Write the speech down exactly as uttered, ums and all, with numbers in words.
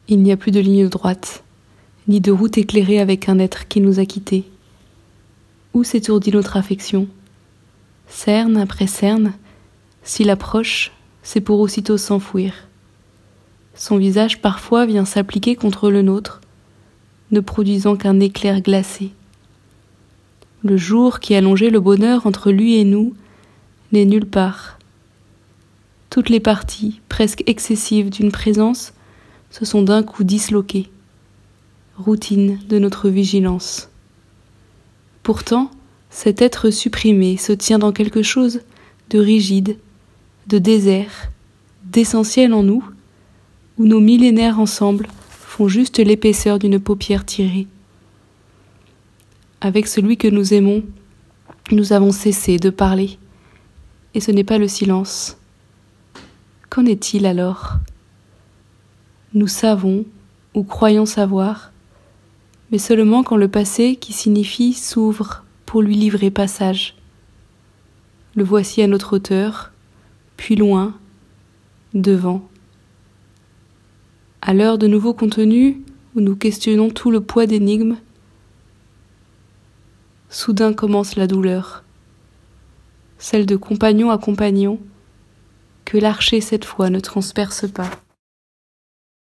Il n'y a plus de ligne droite, ni de route éclairée avec un être qui nous a quittés. Où s'étourdit notre affection? Cerne après cerne, s'il approche, c'est pour aussitôt s'enfouir. Son visage parfois vient s'appliquer contre le nôtre, ne produisant qu'un éclair glacé. Le jour qui allongeait le bonheur entre lui et nous n'est nulle part. Toutes les parties, presque excessives d'une présence, se sont d'un coup disloquées. Routine de notre vigilance. Pourtant, cet être supprimé se tient dans quelque chose de rigide, de désert, d'essentiel en nous, où nos millénaires ensemble font juste l'épaisseur d'une paupière tirée. Avec celui que nous aimons, nous avons cessé de parler, et ce n'est pas le silence. Qu'en est-il alors? Nous savons, ou croyons savoir, mais seulement quand le passé qui signifie s'ouvre pour lui livrer passage. Le voici à notre hauteur, puis loin, devant. À l'heure de nouveaux contenus, où nous questionnons tout le poids d'énigmes, soudain commence la douleur, celle de compagnon à compagnon, que l'archer cette fois ne transperce pas.